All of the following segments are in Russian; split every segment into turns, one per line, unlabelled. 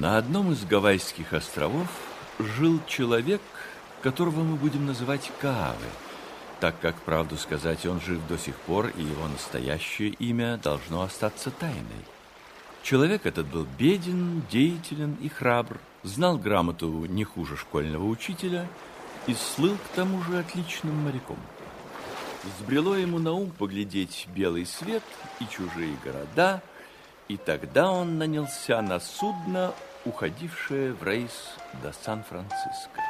На одном из Гавайских островов жил человек, которого мы будем называть Кааве, так как, правду сказать, он жив до сих пор, и его настоящее имя должно остаться тайной. Человек этот был беден, деятелен и храбр, знал грамоту не хуже школьного учителя и слыл к тому же отличным моряком. Взбрело ему на ум поглядеть белый свет и чужие города, и тогда он нанялся на судно, уходившее в рейс до Сан-Франциско.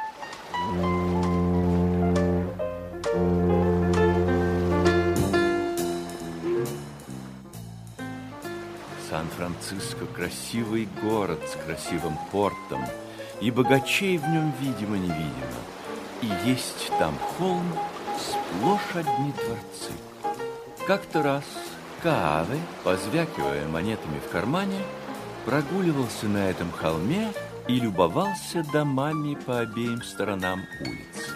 Сан-Франциско – красивый город с красивым портом, и богачей в нем видимо-невидимо. И есть там холм, сплошь одни дворцы. Как-то раз Кааве, позвякивая монетами в кармане, прогуливался на этом холме и любовался домами по обеим сторонам улицы.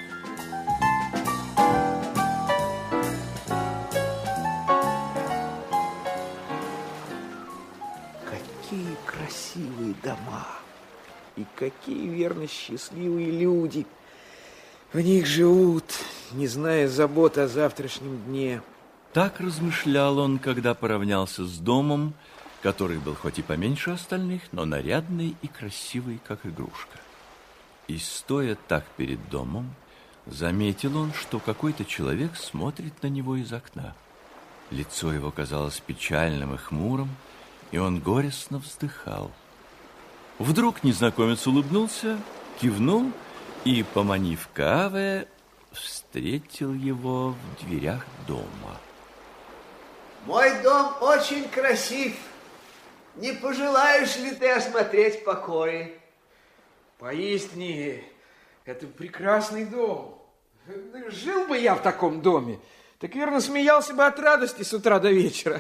Какие красивые дома! И какие, верно, счастливые люди! В них живут, не зная забот о завтрашнем дне.
Так размышлял он, когда поравнялся с домом, который был хоть и поменьше остальных, но нарядный и красивый, как игрушка. И, стоя так перед домом, заметил он, что какой-то человек смотрит на него из окна. Лицо его казалось печальным и хмурым, и он горестно вздыхал. Вдруг незнакомец улыбнулся, кивнул и, поманив Кааве, встретил его в дверях дома.
Мой дом очень красив. Не пожелаешь ли ты осмотреть покои?
Поистине, это прекрасный дом. Жил бы я в таком доме, так, верно, смеялся бы от радости с утра до вечера.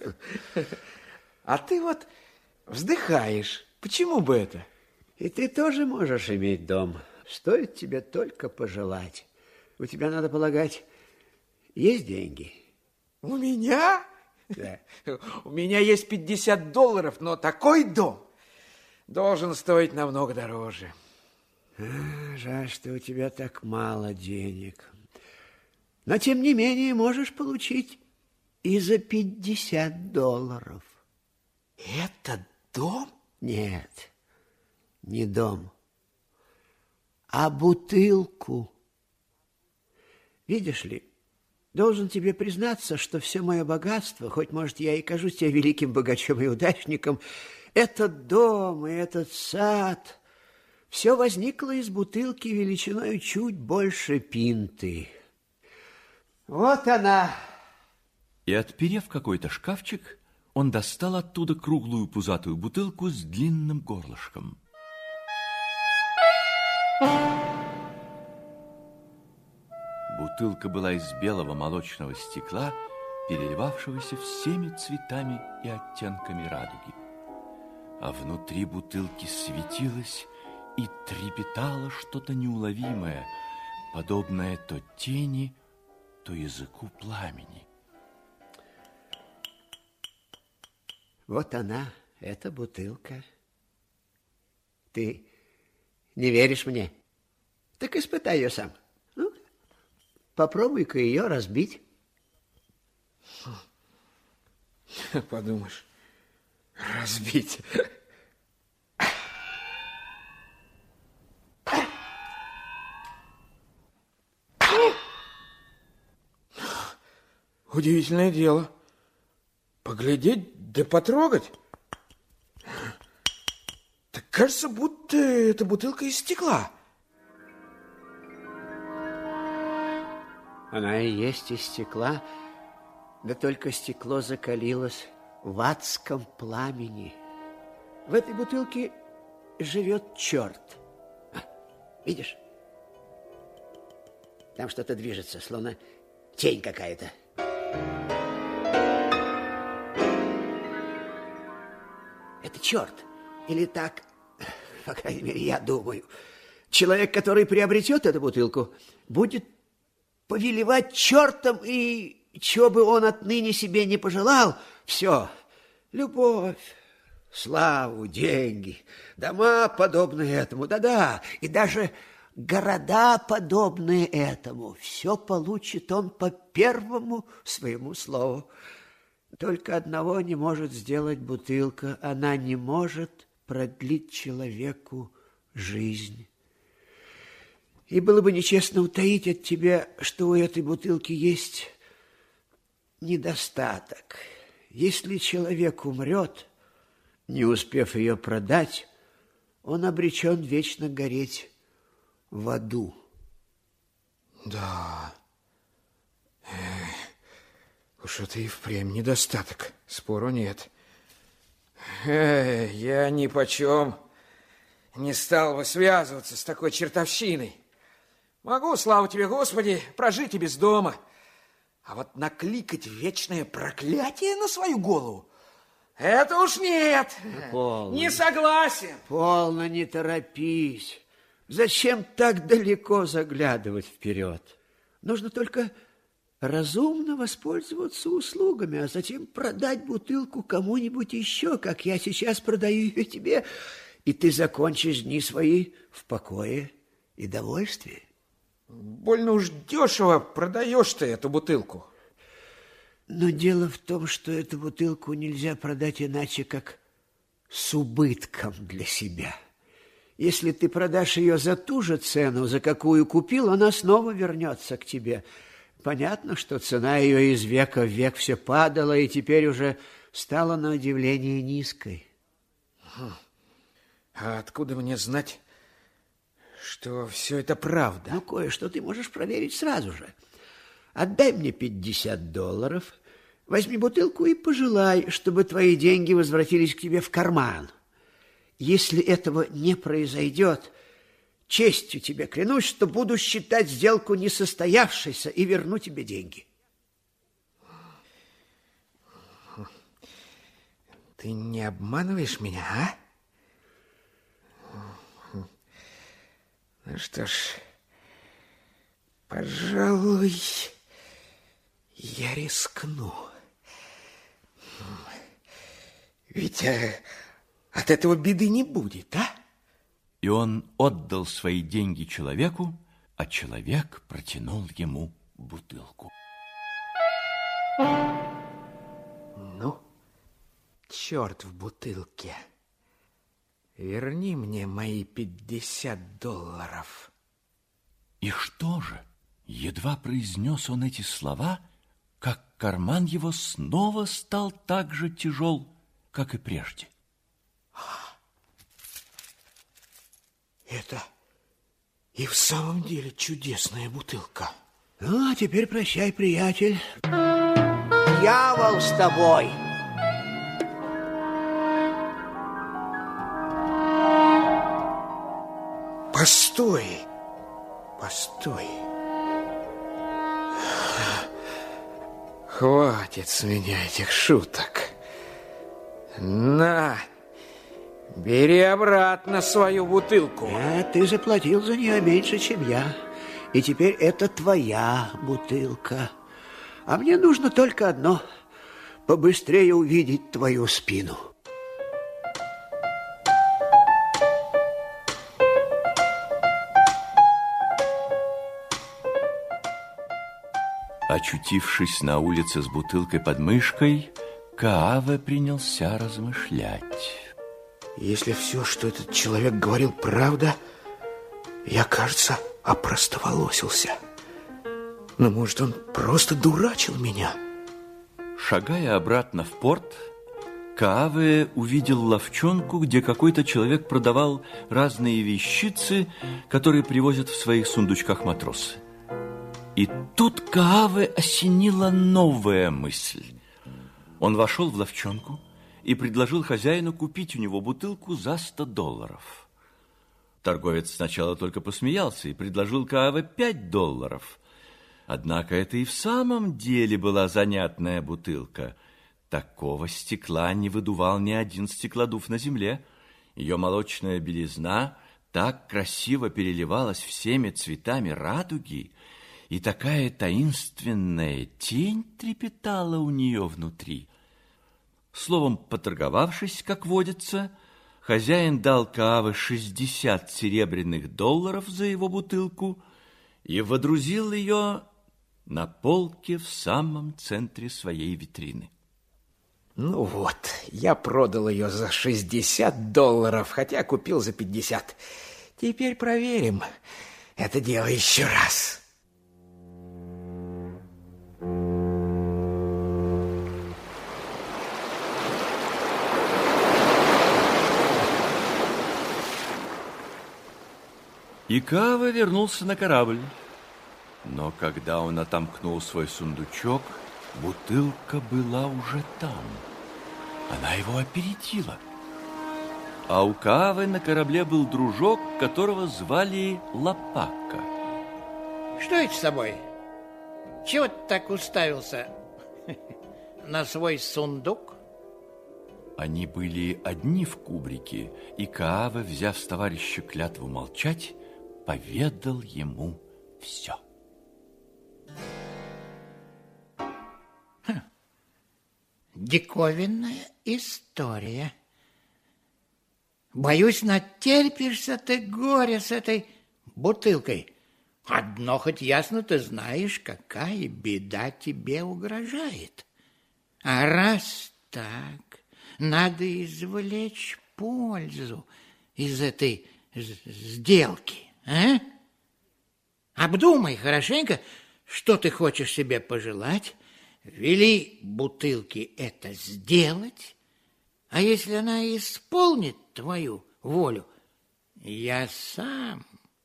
А ты вот вздыхаешь. Почему бы это?
И ты тоже можешь иметь дом. Стоит тебе только пожелать. У тебя, надо полагать, есть деньги?
У меня?
Да.
У меня есть $50, но такой дом должен стоить намного дороже.
Жаль, что у тебя так мало денег. Но, тем не менее, можешь получить и за $50.
Это дом?
Нет, не дом, а бутылку. Видишь ли, должен тебе признаться, что все мое богатство, хоть, может, я и кажусь тебе великим богачом и удачником, этот дом и этот сад, все возникло из бутылки величиной чуть больше пинты. Вот она.
И, отперев какой-то шкафчик, он достал оттуда круглую пузатую бутылку с длинным горлышком. Бутылка была из белого молочного стекла, переливавшегося всеми цветами и оттенками радуги. А внутри бутылки светилось и трепетало что-то неуловимое, подобное то тени, то языку пламени.
Вот она, эта бутылка. Ты не веришь мне? Так испытай ее сам. Ну, попробуй-ка ее разбить.
Подумаешь, разбить. Удивительное дело. Поглядеть да потрогать. Так кажется, будто это бутылка из стекла.
Она и есть из стекла, да только стекло закалилось в адском пламени. В этой бутылке живет черт. Видишь? Там что-то движется, словно тень какая-то. Это черт. Или так, по крайней мере, я думаю. Человек, который приобретет эту бутылку, будет повелевать чертом, и чего бы он отныне себе не пожелал, все, любовь, славу, деньги, дома, подобные этому, да-да, и даже города, подобные этому. Все получит он по первому своему слову. Только одного не может сделать бутылка. Она не может продлить человеку жизнь. И было бы нечестно утаить от тебя, что у этой бутылки есть недостаток. Если человек умрет, не успев ее продать, он обречен вечно гореть в аду.
Да. Уж это и впрямь недостаток, спору нет. Я ни почем не стал бы связываться с такой чертовщиной. Могу, слава тебе, Господи, прожить и без дома. А вот накликать вечное проклятие на свою голову, это уж нет.
Полно.
Не согласен.
Полно, не торопись. Зачем так далеко заглядывать вперед? Нужно только разумно воспользоваться услугами, а затем продать бутылку кому-нибудь еще, как я сейчас продаю ее тебе, и ты закончишь дни свои в покое и довольстве.
Больно уж дешево продаешь ты эту бутылку.
Но дело в том, что эту бутылку нельзя продать иначе, как с убытком для себя. Если ты продашь ее за ту же цену, за какую купил, она снова вернется к тебе. Понятно, что цена ее из века в век все падала и теперь уже стала на удивление низкой.
А откуда мне знать, что все это правда?
Ну, кое-что ты можешь проверить сразу же. Отдай мне $50, возьми бутылку и пожелай, чтобы твои деньги возвратились к тебе в карман. Если этого не произойдет, честью тебе клянусь, что буду считать сделку несостоявшейся и верну тебе деньги.
Ты не обманываешь меня, а? Ну что ж, пожалуй, я рискну. Ведь от этого беды не будет, а?
И он отдал свои деньги человеку, а человек протянул ему бутылку.
Ну, черт в бутылке. Верни мне мои $50.
И что же? Едва произнес он эти слова, как карман его снова стал так же тяжел, как и прежде.
Это и в самом деле чудесная бутылка.
Ну, а теперь прощай, приятель. Дьявол с тобой.
Постой, постой. Хватит с меня этих шуток. На, бери обратно свою бутылку.
Ты заплатил за нее меньше, чем я. И теперь это твоя бутылка. А мне нужно только одно — побыстрее увидеть твою спину.
Очутившись на улице с бутылкой под мышкой, Кааве принялся размышлять.
Если все, что этот человек говорил, правда, я, кажется, опростоволосился. Но, может, он просто дурачил меня?
Шагая обратно в порт, Кааве увидел лавчонку, где какой-то человек продавал разные вещицы, которые привозят в своих сундучках матросы. И тут Кааве осенила новая мысль. Он вошел в лавчонку и предложил хозяину купить у него бутылку за $100. Торговец сначала только посмеялся и предложил Кааве $5. Однако это и в самом деле была занятная бутылка. Такого стекла не выдувал ни один стеклодув на земле. Ее молочная белизна так красиво переливалась всеми цветами радуги, и такая таинственная тень трепетала у нее внутри. Словом, поторговавшись, как водится, хозяин дал Кааве 60 серебряных долларов за его бутылку и водрузил ее на полке в самом центре своей витрины.
Ну вот, я продал ее за $60, хотя купил за 50. Теперь проверим это дело еще раз.
И Каава вернулся на корабль. Но когда он отомкнул свой сундучок, бутылка была уже там. Она его опередила. А у Каавы на корабле был дружок, которого звали Лапака.
Что это с тобой? Чего ты так уставился на свой сундук?
Они были одни в кубрике, и Каава, взяв с товарища клятву молчать, поведал ему все.
Диковинная история. Боюсь, натерпишься ты горя с этой бутылкой. Одно хоть ясно ты знаешь, какая беда тебе угрожает. А раз так, надо извлечь пользу из этой сделки. А? Обдумай хорошенько, что ты хочешь себе пожелать, вели бутылке это сделать, а если она исполнит твою волю, я сам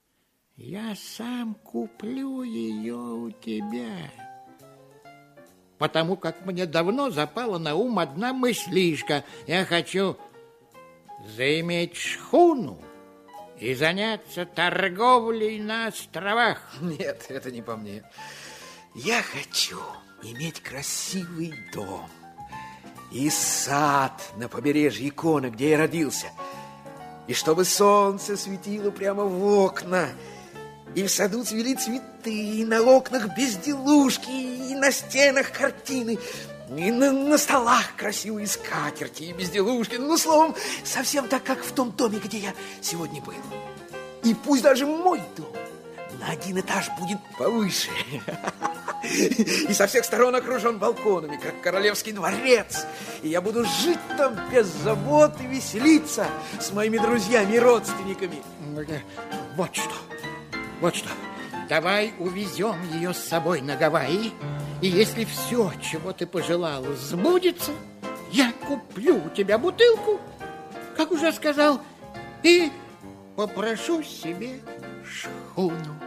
куплю ее у тебя. Потому как мне давно запала на ум одна мыслишка. Я хочу заиметь шхуну и заняться торговлей на островах.
Нет, это не по мне. Я хочу иметь красивый дом и сад на побережье Кона, где я родился, и чтобы солнце светило прямо в окна, и в саду цвели цветы, и на окнах безделушки, и на стенах картины, и на столах красивые скатерти и безделушки. Ну, словом, совсем так, как в том доме, где я сегодня был. И пусть даже мой дом на один этаж будет повыше. И со всех сторон окружен балконами, как королевский дворец. И я буду жить там без забот и веселиться с моими друзьями и родственниками.
Вот что. Давай увезем ее с собой на Гавайи. И если все, чего ты пожелала, сбудется, я куплю у тебя бутылку, как уже сказал, и попрошу себе шхуну.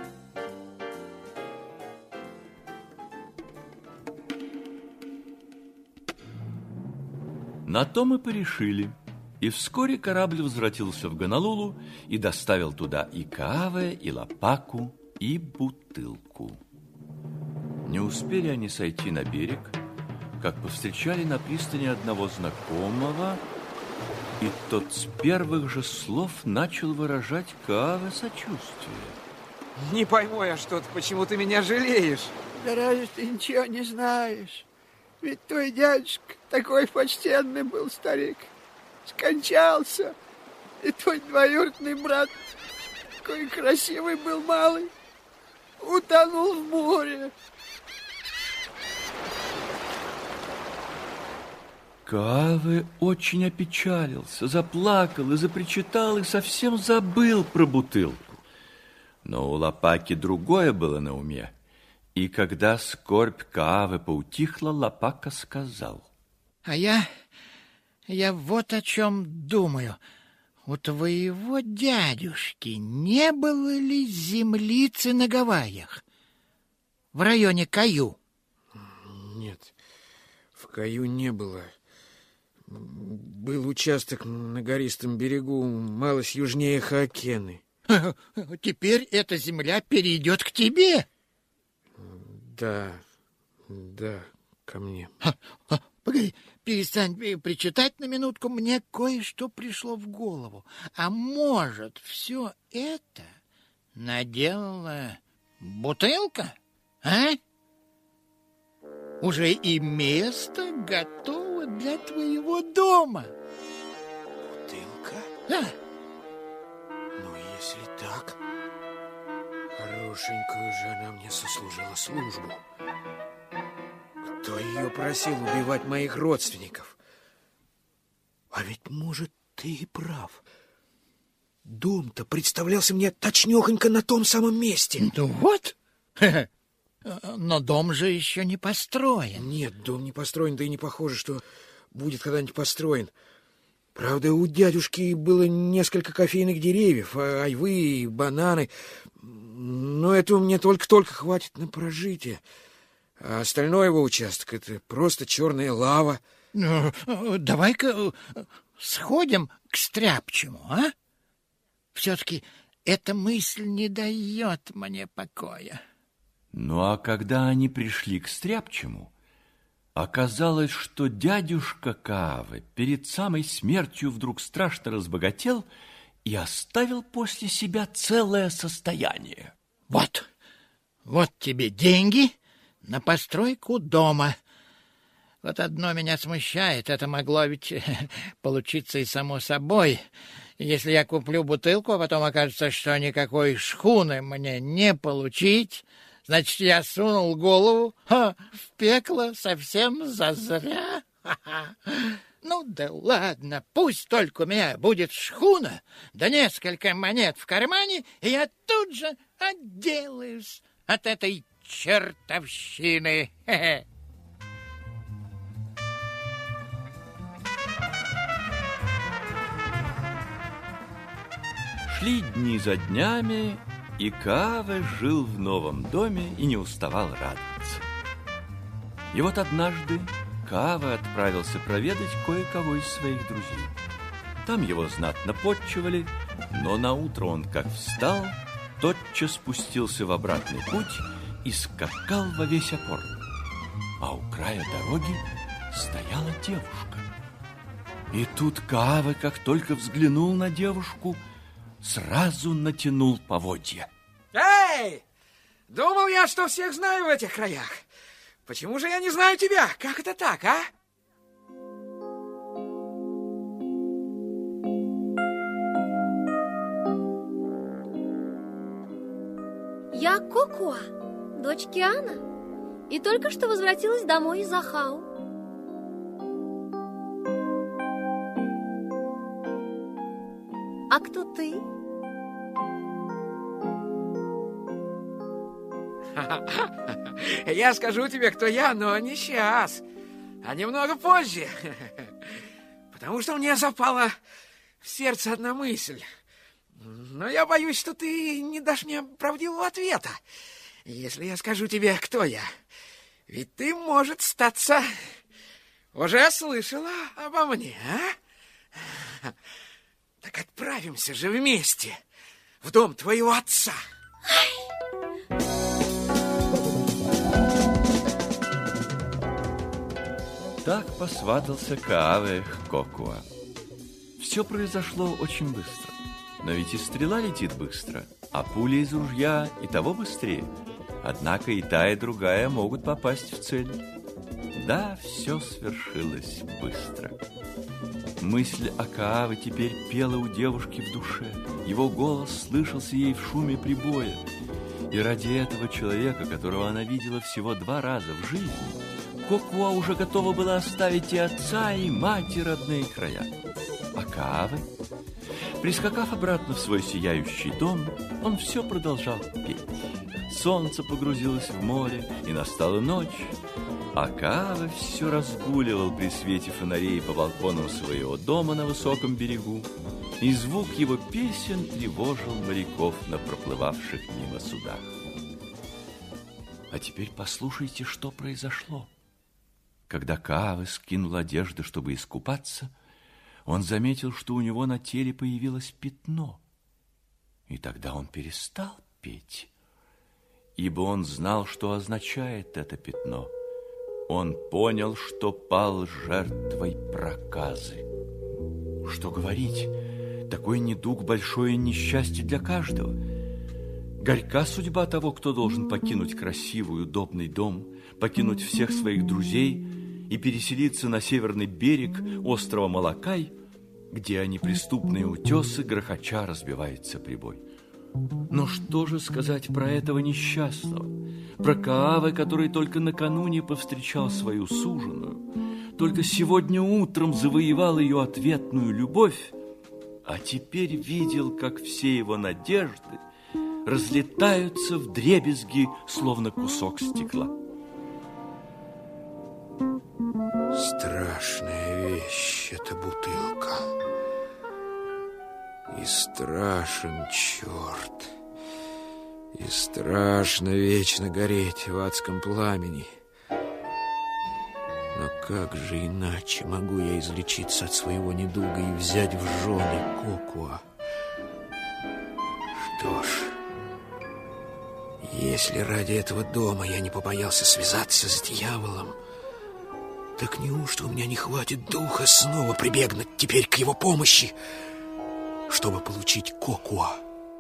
На то мы порешили. И вскоре корабль возвратился в Гонолулу и доставил туда и Кааве, и Лапаку, и бутылку. Не успели они сойти на берег, как повстречали на пристани одного знакомого, и тот с первых же слов начал выражать Кааве сочувствие.
Не пойму я что-то, почему ты меня жалеешь?
Да разве ты ничего не знаешь? Ведь твой дядюшка такой почтенный был старик. Скончался. И твой двоюродный брат, какой красивый был малый, утонул в море.
Кааве очень опечалился, заплакал и запричитал, и совсем забыл про бутылку. Но у Лапаки другое было на уме. И когда скорбь Кааве поутихла, Лапака сказал:
А я вот о чем думаю. У твоего дядюшки не было ли землицы на Гавайях? В районе Каю?
Нет, в Каю не было. Был участок на гористом берегу, малость южнее Хоокены.
Теперь эта земля перейдет к тебе?
Да, ко мне.
Погоди, перестань причитать на минутку, мне кое-что пришло в голову. А может, все это наделала бутылка, а? Уже и место готово повод для твоего дома.
Бутылка?
Да.
Ну, если так, хорошенькую же она мне сослужила службу. Кто ее просил убивать моих родственников? А ведь, может, ты и прав. Дом-то представлялся мне точнёхонько на том самом месте.
Ну вот. Но дом же еще не построен.
Нет, дом не построен, да и не похоже, что будет когда-нибудь построен. Правда, у дядюшки было несколько кофейных деревьев, айвы и бананы. Но этого мне только-только хватит на прожитие. А остальной его участок — это просто черная лава.
Ну, давай-ка сходим к Стряпчему, а? Все-таки эта мысль не дает мне покоя.
Ну, а когда они пришли к Стряпчему, оказалось, что дядюшка Каавы перед самой смертью вдруг страшно разбогател и оставил после себя целое состояние.
Вот тебе деньги на постройку дома. Вот одно меня смущает, это могло ведь получиться и само собой. Если я куплю бутылку, а потом окажется, что никакой шхуны мне не получить, значит, я сунул голову в пекло совсем зазря. Ну да ладно, пусть только у меня будет шхуна, да несколько монет в кармане, и я тут же отделаюсь от этой чертовщины.
Шли дни за днями, и Кааве жил в новом доме и не уставал радоваться. И вот однажды Кааве отправился проведать кое-кого из своих друзей. Там его знатно потчевали, но наутро он, как встал, тотчас спустился в обратный путь и скакал во весь опор. А у края дороги стояла девушка. И тут Кааве, как только взглянул на девушку, сразу натянул поводья.
Эй! Думал я, что всех знаю в этих краях. Почему же я не знаю тебя? Как это так, а?
Я Кокуа, дочь Киана, и только что возвратилась домой из Ахау. А кто ты?
Я скажу тебе, кто я, но не сейчас, а немного позже. Потому что мне запала в сердце одна мысль. Но я боюсь, что ты не дашь мне правдивого ответа, если я скажу тебе, кто я. Ведь ты, может, статься, уже слышала обо мне, а? Так отправимся же вместе в дом твоего отца.
Так посватался Кааве к Кокуа. Все произошло очень быстро. Но ведь и стрела летит быстро, а пуля из ружья и того быстрее. Однако и та, и другая могут попасть в цель. Да, все свершилось быстро. Мысль о Кааве теперь пела у девушки в душе. Его голос слышался ей в шуме прибоя. И ради этого человека, которого она видела всего 2 раза в жизни, Кокуа уже готова была оставить и отца, и мать, и родные края. А Кааве, прискакав обратно в свой сияющий дом, он все продолжал петь. Солнце погрузилось в море, и настала ночь, а Кааве все разгуливал при свете фонарей по балконам своего дома на высоком берегу, и звук его песен тревожил моряков на проплывавших мимо судах. А теперь послушайте, что произошло. Когда Кааве скинул одежды, чтобы искупаться, он заметил, что у него на теле появилось пятно. И тогда он перестал петь, ибо он знал, что означает это пятно. Он понял, что пал жертвой проказы. Что говорить, такой недуг — большое несчастье для каждого. Горька судьба того, кто должен покинуть красивый, удобный дом, покинуть всех своих друзей и переселиться на северный берег острова Малакай, где неприступные утесы грохоча разбивается прибой. Но что же сказать про этого несчастного, про Кааве, который только накануне повстречал свою суженую, только сегодня утром завоевал ее ответную любовь, а теперь видел, как все его надежды разлетаются вдребезги, словно кусок стекла.
Страшная вещь эта бутылка. И страшен черт. И страшно вечно гореть в адском пламени. Но как же иначе могу я излечиться от своего недуга и взять в жены Кокуа? Что ж, если ради этого дома я не побоялся связаться с дьяволом, так неужто у меня не хватит духа снова прибегнуть теперь к его помощи, чтобы получить Кокуа?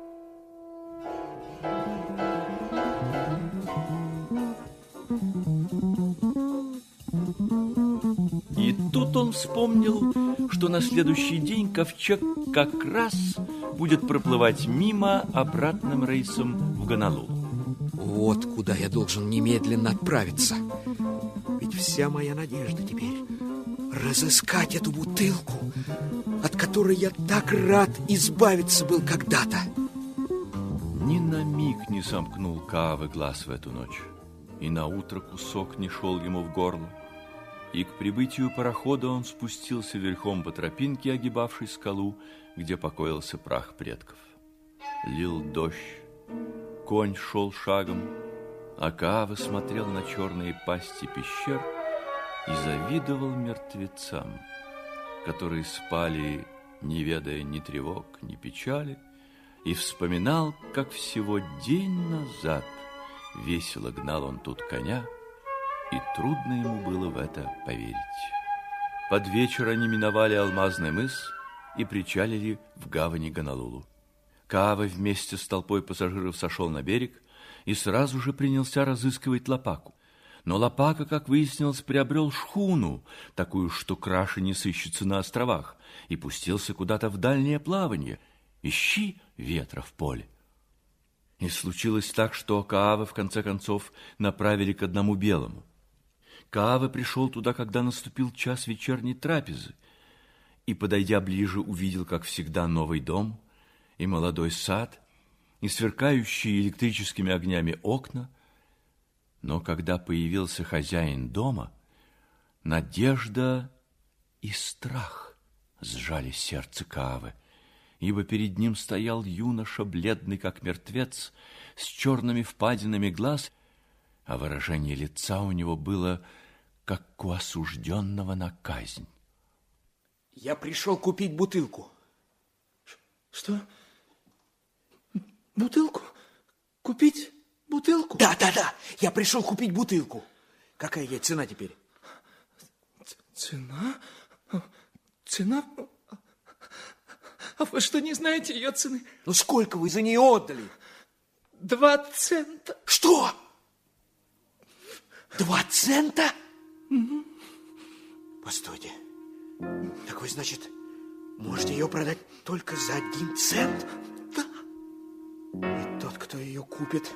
И тут он вспомнил, что на следующий день ковчег как раз будет проплывать мимо обратным рейсом в Гонолулу.
Вот куда я должен немедленно отправиться. Ведь вся моя надежда теперь разыскать эту бутылку, от которой я так рад избавиться был когда-то.
Ни на миг не сомкнул Кааве глаз в эту ночь, и наутро кусок не шел ему в горло. И к прибытию парохода он спустился верхом по тропинке, огибавшей скалу, где покоился прах предков. Лил дождь, конь шел шагом, а Кааве смотрел на черные пасти пещер и завидовал мертвецам, которые спали, не ведая ни тревог, ни печали, и вспоминал, как всего день назад весело гнал он тут коня, и трудно ему было в это поверить. Под вечер они миновали Алмазный мыс и причалили в гавани Гонолулу. Кааве вместе с толпой пассажиров сошел на берег и сразу же принялся разыскивать Лопаку. Но Лопака, как выяснилось, приобрел шхуну, такую, что краше не сыщется на островах, и пустился куда-то в дальнее плавание. Ищи ветра в поле. И случилось так, что Кааве в конце концов направили к одному белому. Кааве пришел туда, когда наступил час вечерней трапезы, и, подойдя ближе, увидел, как всегда, новый дом и молодой сад, и сверкающие электрическими огнями окна. Но когда появился хозяин дома, надежда и страх сжали сердце Кааве, ибо перед ним стоял юноша, бледный как мертвец, с черными впадинами глаз, а выражение лица у него было, как у осужденного на казнь.
Я пришел купить бутылку.
Что? Бутылку? Купить бутылку?
Да. Я пришел купить бутылку. Какая ей цена теперь?
Цена? Цена? А вы что, не знаете ее цены?
Ну, сколько вы за нее отдали?
2 цента.
Что? 2 цента?
Угу.
Постойте. Так вы, значит, можете ее продать только за 1 цент?
Да.
И тот, кто ее купит...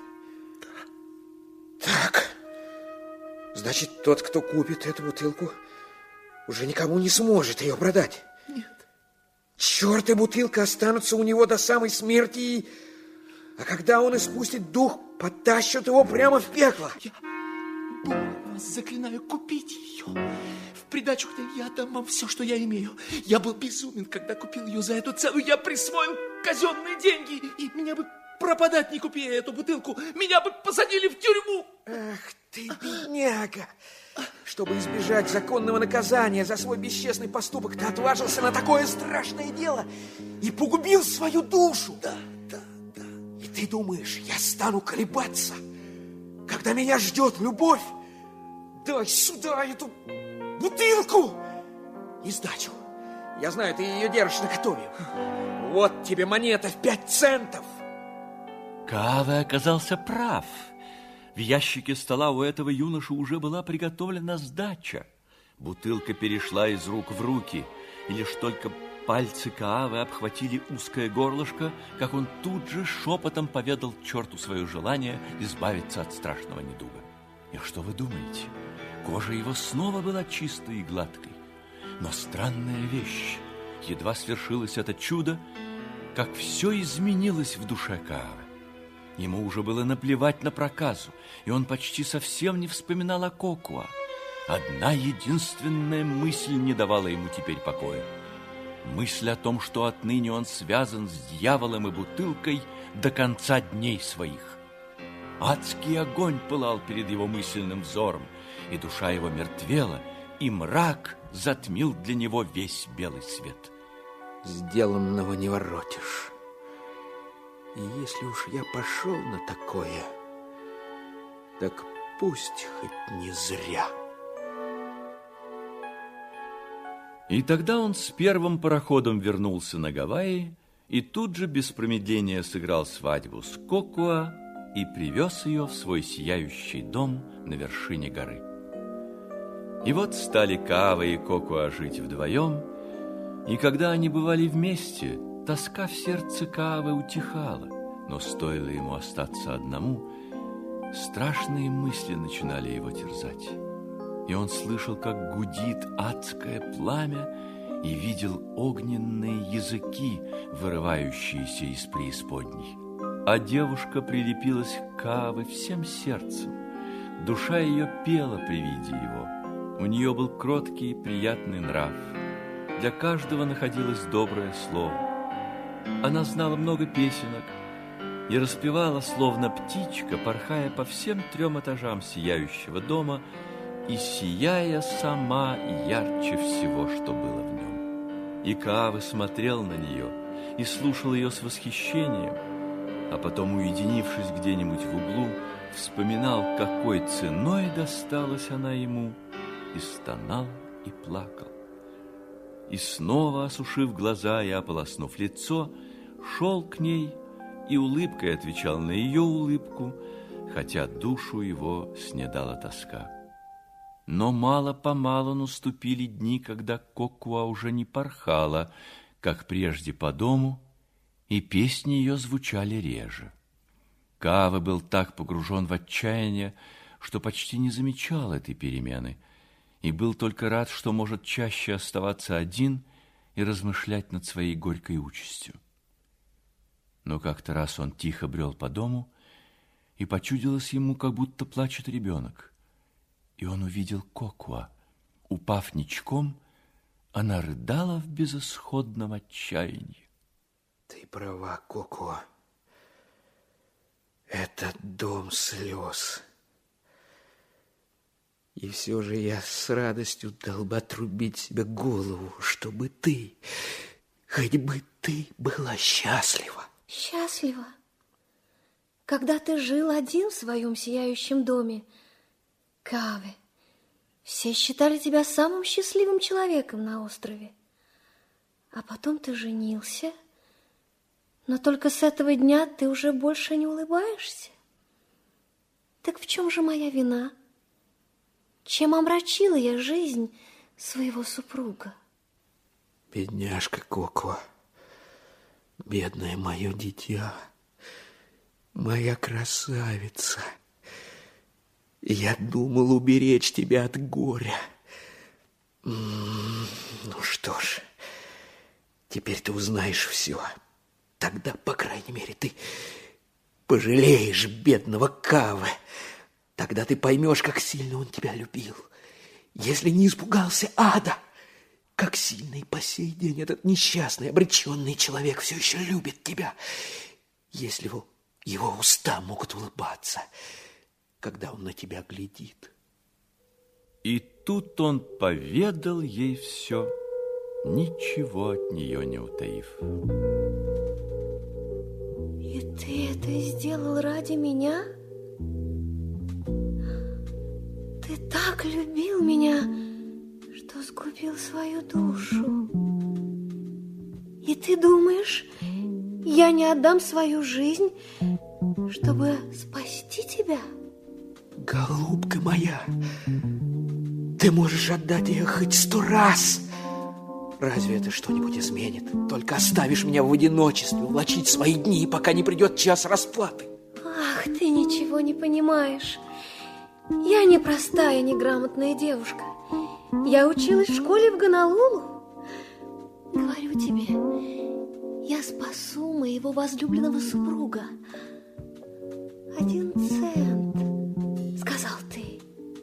Так. Значит, тот, кто купит эту бутылку, уже никому не сможет ее продать.
Нет.
Черт и бутылка останутся у него до самой смерти, а когда он испустит дух, потащат его прямо в пекло.
Я, Бог, вас заклинаю, купить ее. В придачу я дам вам все, что я имею. Я был безумен, когда купил ее за эту цену. Я присвоил казенные деньги, и меня бы пропадать, не купи я эту бутылку. Меня бы посадили в тюрьму.
Ах ты, бедняга! Чтобы избежать законного наказания за свой бесчестный поступок, ты отважился на такое страшное дело и погубил свою душу.
Да.
И ты думаешь, я стану колебаться, когда меня ждет любовь? Дай сюда эту бутылку и сдачу. Я знаю, ты ее держишь наготове. Вот тебе монета в 5 центов.
Кааве оказался прав. В ящике стола у этого юноши уже была приготовлена сдача. Бутылка перешла из рук в руки, и лишь только пальцы Каавы обхватили узкое горлышко, как он тут же шепотом поведал черту свое желание избавиться от страшного недуга. И что вы думаете? Кожа его снова была чистой и гладкой. Но странная вещь. Едва свершилось это чудо, как все изменилось в душе Каавы. Ему уже было наплевать на проказу, и он почти совсем не вспоминал о Кокуа. Одна единственная мысль не давала ему теперь покоя. Мысль о том, что отныне он связан с дьяволом и бутылкой до конца дней своих. Адский огонь пылал перед его мысленным взором, и душа его мертвела, и мрак затмил для него весь белый свет.
Сделанного не воротишь. И если уж я пошел на такое, так пусть хоть не зря.
И тогда он с первым пароходом вернулся на Гавайи и тут же без промедления сыграл свадьбу с Кокуа и привез ее в свой сияющий дом на вершине горы. И вот стали Каава и Кокуа жить вдвоем, и когда они бывали вместе, тоска в сердце Каавы утихала, но стоило ему остаться одному, страшные мысли начинали его терзать. И он слышал, как гудит адское пламя, и видел огненные языки, вырывающиеся из преисподней. А девушка прилепилась к Кааве всем сердцем. Душа ее пела при виде его. У нее был кроткий и приятный нрав. Для каждого находилось доброе слово. Она знала много песенок и распевала, словно птичка, порхая по всем 3 этажам сияющего дома и сияя сама ярче всего, что было в нем. И Каава смотрел на нее и слушал ее с восхищением, а потом, уединившись где-нибудь в углу, вспоминал, какой ценой досталась она ему, и стонал и плакал. И снова, осушив глаза и ополоснув лицо, шел к ней и улыбкой отвечал на ее улыбку, хотя душу его снедала тоска. Но мало-помалу наступили дни, когда Кокуа уже не порхала, как прежде, по дому, и песни ее звучали реже. Каава был так погружен в отчаяние, что почти не замечал этой перемены, и был только рад, что может чаще оставаться один и размышлять над своей горькой участью. Но как-то раз он тихо брел по дому, и почудилось ему, как будто плачет ребенок. И он увидел Кокуа. Упав ничком, она рыдала в безысходном отчаянии.
Ты права, Кокуа. Это дом слез. И все же я с радостью дал бы отрубить себе голову, чтобы ты, хоть бы ты была счастлива.
Счастлива? Когда ты жил один в своем сияющем доме, Кааве, все считали тебя самым счастливым человеком на острове. А потом ты женился, но только с этого дня ты уже больше не улыбаешься. Так в чем же моя вина? Чем омрачила я жизнь своего супруга?
Бедняжка Кокуа, бедное мое дитя, моя красавица. Я думал уберечь тебя от горя. Ну что ж, теперь ты узнаешь все. Тогда, по крайней мере, ты пожалеешь бедного Кааве. Тогда ты поймешь, как сильно он тебя любил. Если не испугался ада, как сильно и по сей день этот несчастный, обреченный человек все еще любит тебя. Если его уста могут улыбаться, когда он на тебя глядит.
И тут он поведал ей все, ничего от нее не утаив.
И ты это сделал ради меня? Ты так любил меня, что сгубил свою душу. И ты думаешь, я не отдам свою жизнь, чтобы спасти тебя?
Голубка моя, Ты можешь отдать ее хоть 100 раз. Разве это что-нибудь изменит? Только оставишь меня в одиночестве, влачить свои дни, пока не придет час расплаты.
Ах, ты ничего не понимаешь. Я не простая, неграмотная девушка. Я училась в школе в Гонолулу. Говорю тебе, я спасу моего возлюбленного супруга. 1 цент, сказал ты.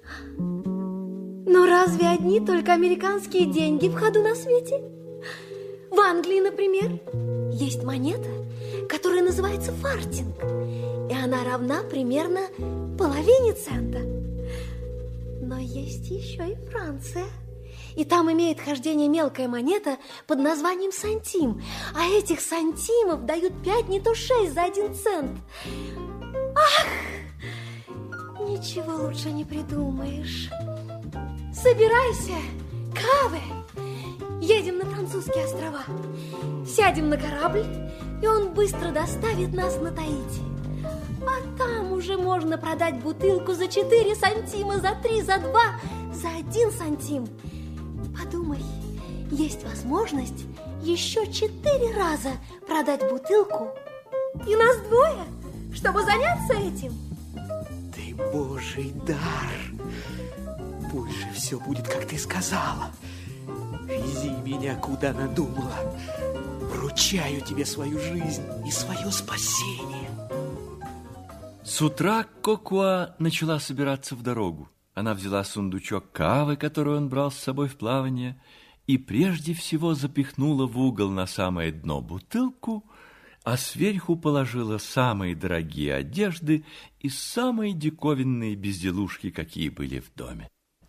Но разве одни только американские деньги в ходу на свете? В Англии, например, есть монета, которая называется фартинг, и она равна примерно половине цента. Но есть еще и Франция, и там имеет хождение мелкая монета под названием сантим, а этих сантимов дают 5, не то 6 за 1 цент. Ах, ничего лучше не придумаешь. Собирайся, Каве, едем на французские острова. Сядем на корабль, и он быстро доставит нас на Таити. А там уже можно продать бутылку за 4 сантима, за 3, за 2, за 1 сантим. Подумай, есть возможность еще 4 раза продать бутылку, и нас 2, чтобы заняться этим.
Ты Божий дар. Пусть же все будет, как ты сказала. Вези меня, куда надумала. Вручаю тебе свою жизнь и свое спасение.
С утра Кокуа начала собираться в дорогу. Она взяла сундучок кавы, который он брал с собой в плавание, и прежде всего запихнула в угол на самое дно бутылку, а сверху положила самые дорогие одежды и самые диковинные безделушки, какие были в доме.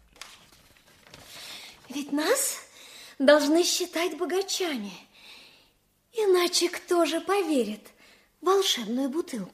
Ведь нас должны считать богачами, иначе кто же поверит в волшебную бутылку?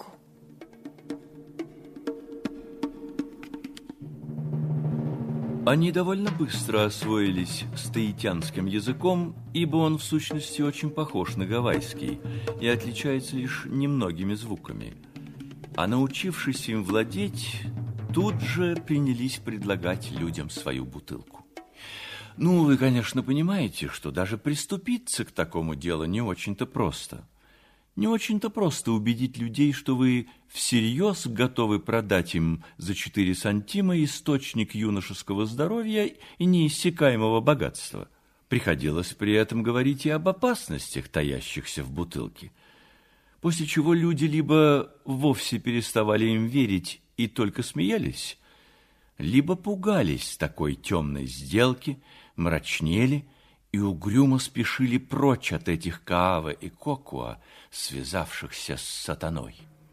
Они довольно быстро освоились с таитянским языком, ибо он в сущности очень похож на гавайский и отличается лишь немногими звуками. А научившись им владеть, тут же принялись предлагать людям свою бутылку. Ну, вы, конечно, понимаете, что даже приступиться к такому делу не очень-то просто. Не очень-то просто убедить людей, что вы всерьез готовы продать им за 4 сантима источник юношеского здоровья и неиссякаемого богатства. Приходилось при этом говорить и об опасностях, таящихся в бутылке. После чего люди либо вовсе переставали им верить и только смеялись, либо пугались такой темной сделки, мрачнели и угрюмо спешили прочь от этих Кааве и Кокуа, связавшихся с сатаной.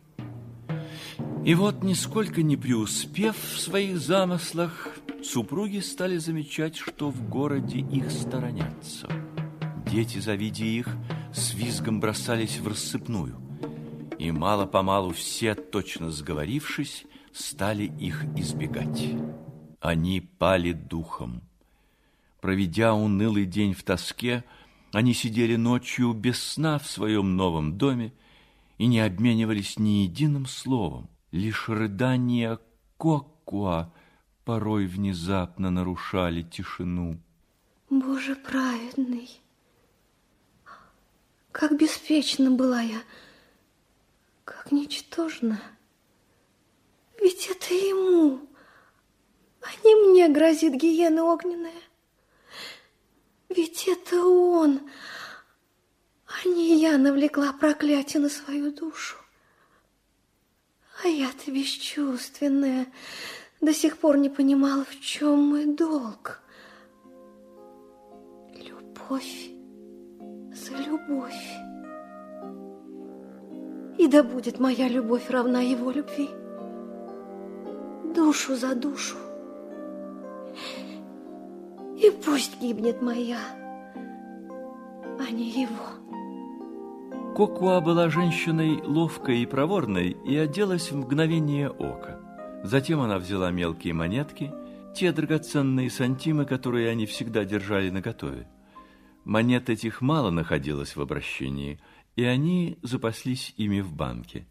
И вот, нисколько не преуспев в своих замыслах, супруги стали замечать, что в городе их сторонятся. Дети, завидя их, с визгом бросались в рассыпную, и мало-помалу все, точно сговорившись, стали их избегать. Они пали духом. Проведя унылый день в тоске, они сидели ночью без сна в своем новом доме и не обменивались ни единым словом. Лишь рыдания Кокуа порой внезапно нарушали тишину.
Боже праведный, как беспечна была я, как ничтожна. Ведь это ему, а не мне грозит гиена огненная. Ведь это он, а не я навлекла проклятие на свою душу. А я-то бесчувственная, до сих пор не понимала, в чем мой долг. Любовь за любовь. И да будет моя любовь равна его любви. Душу за душу. И пусть гибнет моя, а не его.
Кокуа была женщиной ловкой и проворной и оделась в мгновение ока. Затем она взяла мелкие монетки, те драгоценные сантимы, которые они всегда держали наготове. Монет этих мало находилось в обращении, и они запаслись ими в банке.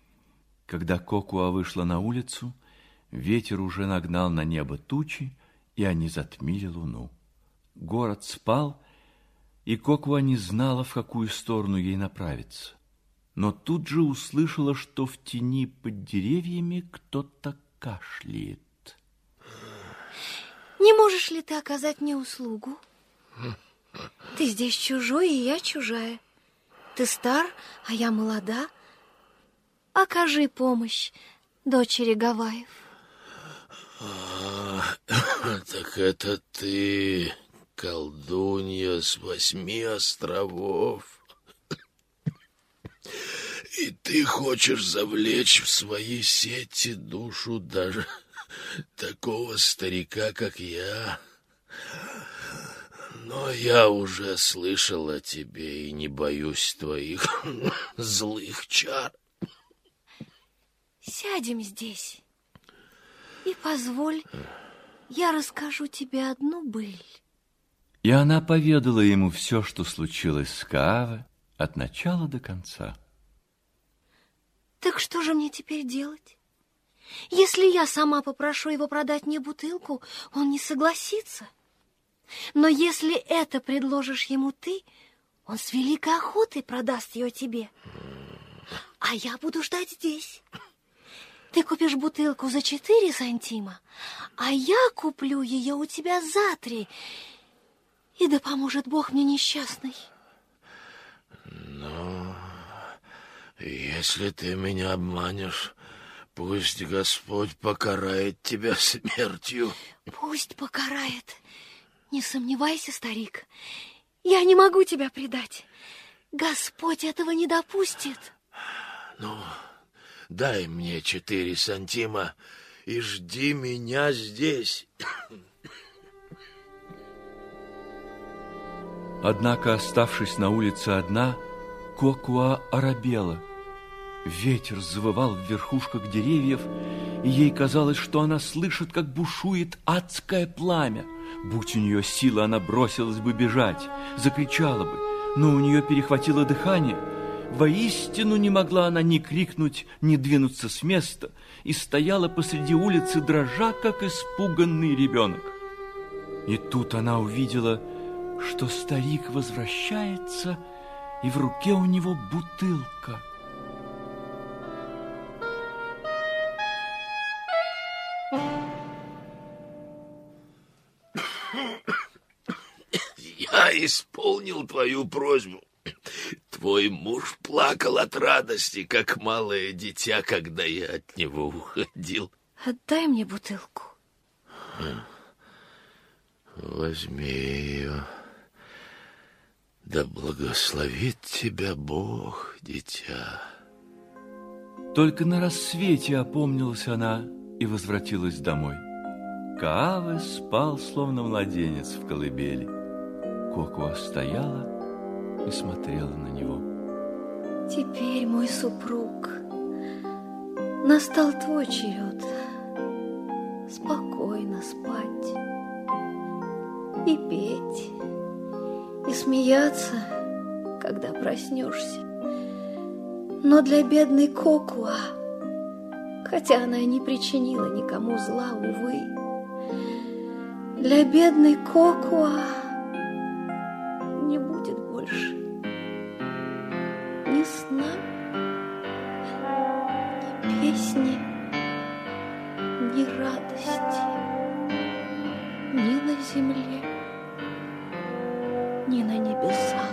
Когда Кокуа вышла на улицу, ветер уже нагнал на небо тучи, и они затмили луну. Город спал, и Кокуа не знала, в какую сторону ей направиться. Но тут же услышала, что в тени под деревьями кто-то кашляет.
Не можешь ли ты оказать мне услугу? Ты здесь чужой, и я чужая. Ты стар, а я молода. Окажи помощь дочери Гавайев.
Так это ты, колдунья с 8 островов. И ты хочешь завлечь в свои сети душу даже такого старика, как я. Но я уже слышал о тебе и не боюсь твоих злых чар.
Сядем здесь и позволь, я расскажу тебе одну быль.
И она поведала ему все, что случилось с Кааве от начала до конца.
Так что же мне теперь делать? Если я сама попрошу его продать мне бутылку, он не согласится. Но если это предложишь ему ты, он с великой охотой продаст ее тебе. А я буду ждать здесь. Ты купишь бутылку за 4 сантима, а я куплю ее у тебя за 3. И да поможет Бог мне несчастный.
Но если ты меня обманешь, пусть Господь покарает тебя смертью.
Пусть покарает. Не сомневайся, старик. Я не могу тебя предать. Господь этого не допустит.
Ну, дай мне 4 сантима и жди меня здесь.
Однако, оставшись на улице одна, Кокуа оробела. Ветер завывал в верхушках деревьев, и ей казалось, что она слышит, как бушует адское пламя. Будь у нее сила, она бросилась бы бежать, закричала бы, но у нее перехватило дыхание. Воистину не могла она ни крикнуть, ни двинуться с места, и стояла посреди улицы, дрожа, как испуганный ребенок. И тут она увидела, что старик возвращается, и в руке у него бутылка.
Я исполнил твою просьбу. Твой муж плакал от радости, как малое дитя, когда я от него уходил.
Отдай мне бутылку.
Возьми ее. Да благословит тебя Бог, дитя.
Только на рассвете опомнилась она и возвратилась домой. Кааве спал, словно младенец в колыбели. Кокуа стояла и смотрела на него.
Теперь, мой супруг, настал твой черед спокойно спать и петь, и смеяться, когда проснешься. Но для бедной Кокуа, хотя она и не причинила никому зла, увы, для бедной Кокуа не будет больше ни сна, ни песни, ни радости, ни на земле, ни на небесах.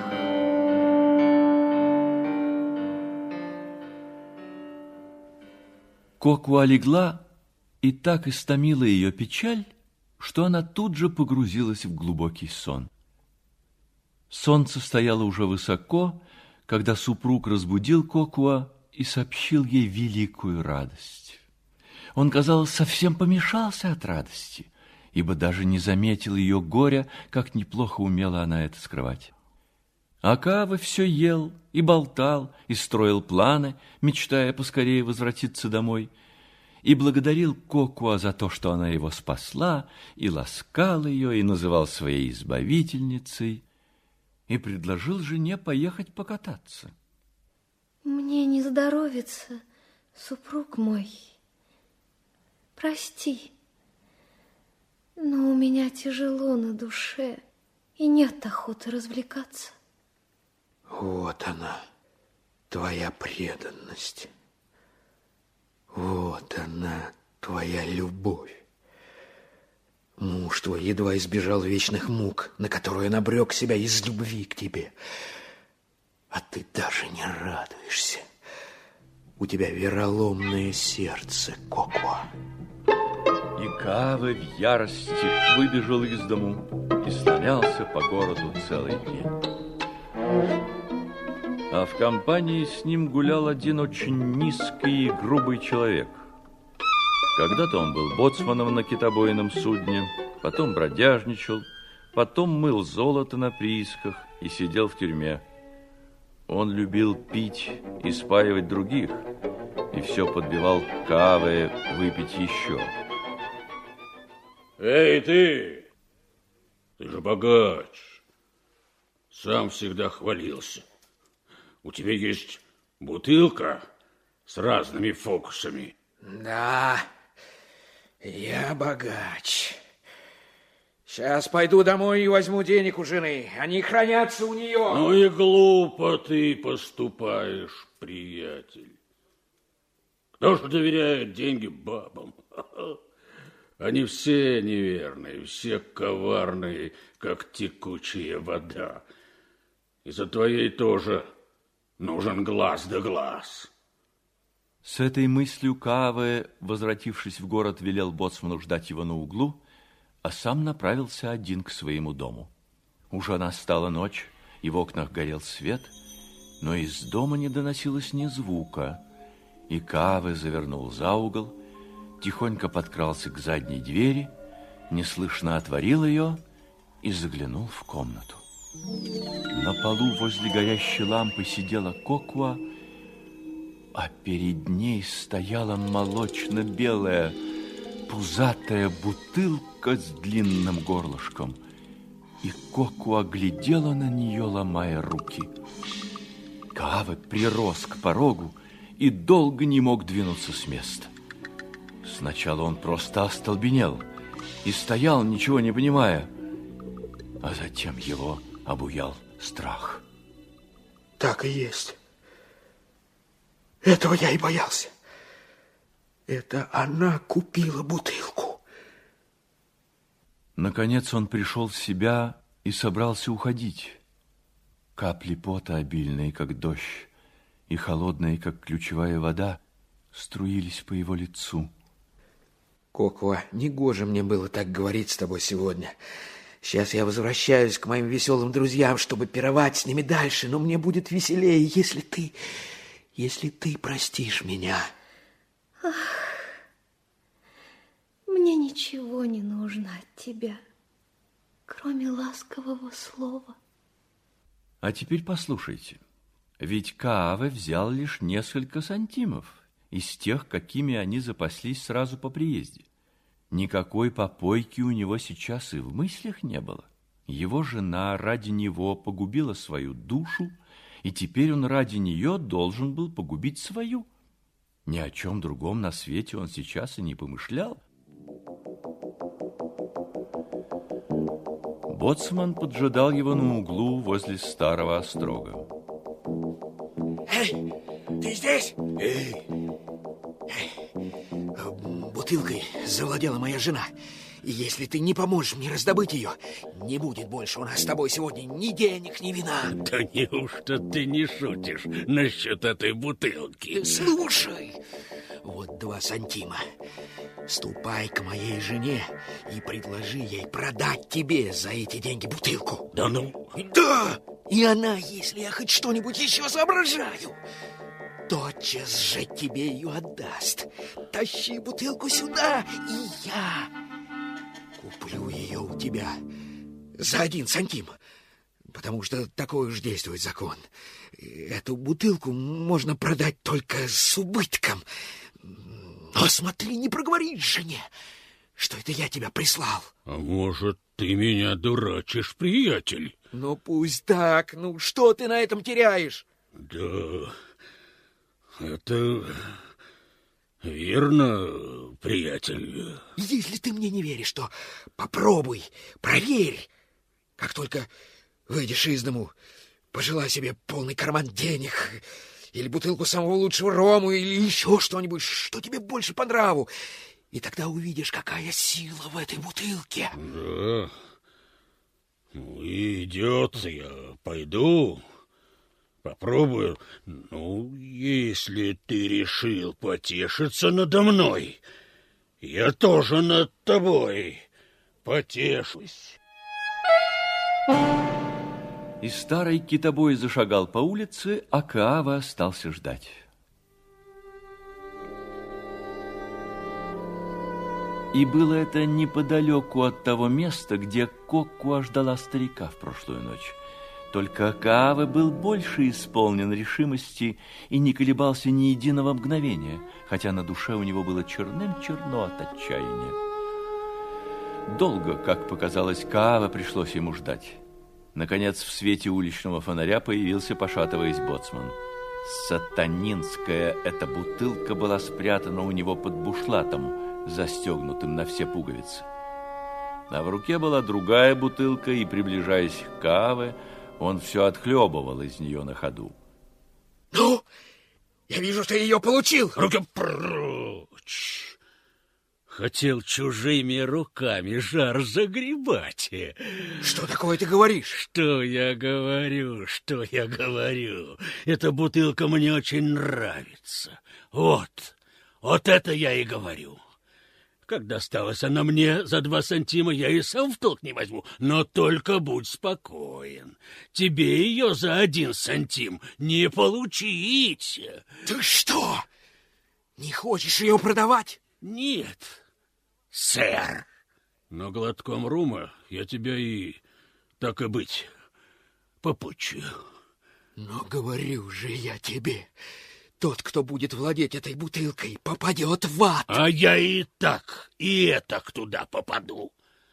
Кокуа легла, и так истомила ее печаль, что она тут же погрузилась в глубокий сон. Солнце стояло уже высоко, когда супруг разбудил Кокуа и сообщил ей великую радость. Он, казалось, совсем помешался от радости, ибо даже не заметил ее горя, как неплохо умела она это скрывать. А Кааве все ел и болтал, и строил планы, мечтая поскорее возвратиться домой, и благодарил Кокуа за то, что она его спасла, и ласкал ее, и называл своей избавительницей, и предложил жене поехать покататься.
Мне не здоровится, супруг мой. Прости. Но у меня тяжело на душе, и нет охоты развлекаться.
Вот она, твоя преданность. Вот она, твоя любовь. Муж твой едва избежал вечных мук, на которые он обрек себя из любви к тебе. А ты даже не радуешься. У тебя вероломное сердце, Коко.
И Кааве в ярости выбежал из дому и слонялся по городу целый день. А в компании с ним гулял один очень низкий и грубый человек. Когда-то он был боцманом на китобойном судне, потом бродяжничал, потом мыл золото на приисках и сидел в тюрьме. Он любил пить и спаивать других, и все подбивал Кааве выпить еще.
Эй, ты! Ты же богач. Сам всегда хвалился. У тебя есть бутылка с разными фокусами.
Да, я богач. Сейчас пойду домой и возьму денег у жены. Они хранятся у нее.
Ну и глупо ты поступаешь, приятель. Кто же доверяет деньги бабам? Они все неверные, все коварные, как текучая вода. И за твоей тоже нужен глаз да глаз.
С этой мыслью Кааве, возвратившись в город, велел боцману ждать его на углу, а сам направился один к своему дому. Уже настала ночь, и в окнах горел свет, но из дома не доносилось ни звука, и Кааве завернул за угол, тихонько подкрался к задней двери, неслышно отворил ее и заглянул в комнату. На полу возле горящей лампы сидела Коко, а перед ней стояла молочно-белая пузатая бутылка с длинным горлышком, и Коко глядела на нее, ломая руки. Кааве прирос к порогу и долго не мог двинуться с места. Сначала он просто остолбенел и стоял, ничего не понимая, а затем его обуял страх.
Так и есть. Этого я и боялся. Это она купила бутылку.
Наконец он пришел в себя и собрался уходить. Капли пота, обильные, как дождь, и холодные, как ключевая вода, струились по его лицу.
Коко, негоже мне было так говорить с тобой сегодня. Сейчас я возвращаюсь к моим веселым друзьям, чтобы пировать с ними дальше, но мне будет веселее, если ты простишь меня.
Ах, мне ничего не нужно от тебя, кроме ласкового слова.
А теперь послушайте, ведь Кааве взял лишь несколько сантимов из тех, какими они запаслись сразу по приезде. Никакой попойки у него сейчас и в мыслях не было. Его жена ради него погубила свою душу, и теперь он ради нее должен был погубить свою. Ни о чем другом на свете он сейчас и не помышлял. Боцман поджидал его на углу возле старого острога.
Эй, ты здесь? Бутылкой завладела моя жена. И если ты не поможешь мне раздобыть ее, не будет больше у нас с тобой сегодня ни денег, ни вина.
Да неужто ты не шутишь насчет этой бутылки?
Слушай, вот 2 сантима. Ступай к моей жене и предложи ей продать тебе за эти деньги бутылку.
Да ну?
Да! И она, если я хоть что-нибудь еще соображаю, тотчас же тебе ее отдаст. Тащи бутылку сюда, и я куплю ее у тебя за 1 сантим, потому что такой уж действует закон. Эту бутылку можно продать только с убытком. Но смотри, не проговорись жене, что это я тебя прислал.
А может, ты меня дурачишь, приятель?
Ну, пусть так. Ну, что ты на этом теряешь?
Да, это верно, приятель.
Если ты мне не веришь, то попробуй, проверь. Как только выйдешь из дому, пожелай себе полный карман денег, или бутылку самого лучшего рому, или еще что-нибудь, что тебе больше по нраву. И тогда увидишь, какая сила в этой бутылке.
Да. Ну, идет, я пойду, попробую. Ну, если ты решил потешиться надо мной, я тоже над тобой потешусь.
И старый китобой зашагал по улице, а Каава остался ждать. И было это неподалеку от того места, где Коккуа ждала старика в прошлую ночь. Только Каава был больше исполнен решимости и не колебался ни единого мгновения, хотя на душе у него было черным-черно от отчаяния. Долго, как показалось, Каава пришлось ему ждать. Наконец, в свете уличного фонаря появился, пошатываясь, боцман. Сатанинская эта бутылка была спрятана у него под бушлатом, застегнутым на все пуговицы. А в руке была другая бутылка, и, приближаясь к Кааве, он все отхлебывал из нее на ходу.
Ну, я вижу, что ее получил.
Руки прочь! Хотел чужими руками жар загребать.
Что такое ты говоришь?
Что я говорю? Эта бутылка мне очень нравится. Вот это я и говорю. Как досталась она мне за 2 сантима, я и сам в толк не возьму. Но только будь спокоен. Тебе ее за 1 сантим не получить.
Ты что, не хочешь ее продавать?
Нет, сэр. Но глотком рума я тебя и, так и быть, попутчу.
Но говорю же я тебе, тот, кто будет владеть этой бутылкой, попадет в ад.
А я и так, и этак туда попаду.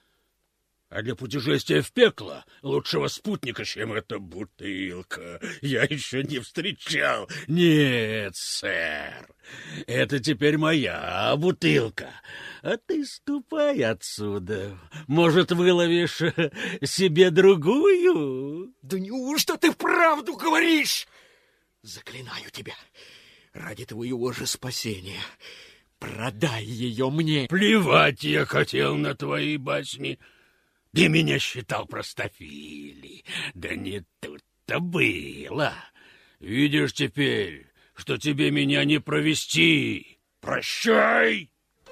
А для путешествия в пекло лучшего спутника, чем эта бутылка, я еще не встречал. Нет, сэр, это теперь моя бутылка. А ты ступай отсюда. Может, выловишь себе другую?
Да неужто ты правду говоришь? Заклинаю тебя, ради твоего же спасения, продай ее мне.
Плевать я хотел на твои басни. Ты меня считал простофилей. Да не тут-то было. Видишь теперь, что тебе меня не провести. Прощай!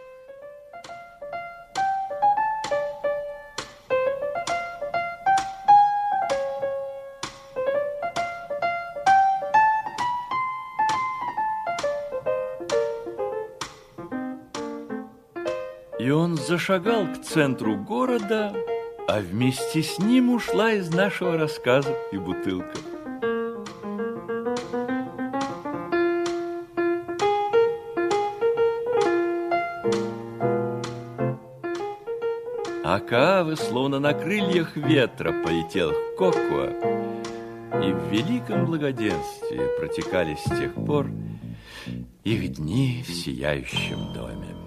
И он зашагал к центру города, а вместе с ним ушла из нашего рассказа и бутылка. А Каава, словно на крыльях ветра, полетел к Коккуа, и в великом благоденствии протекали с тех пор их дни в сияющем доме.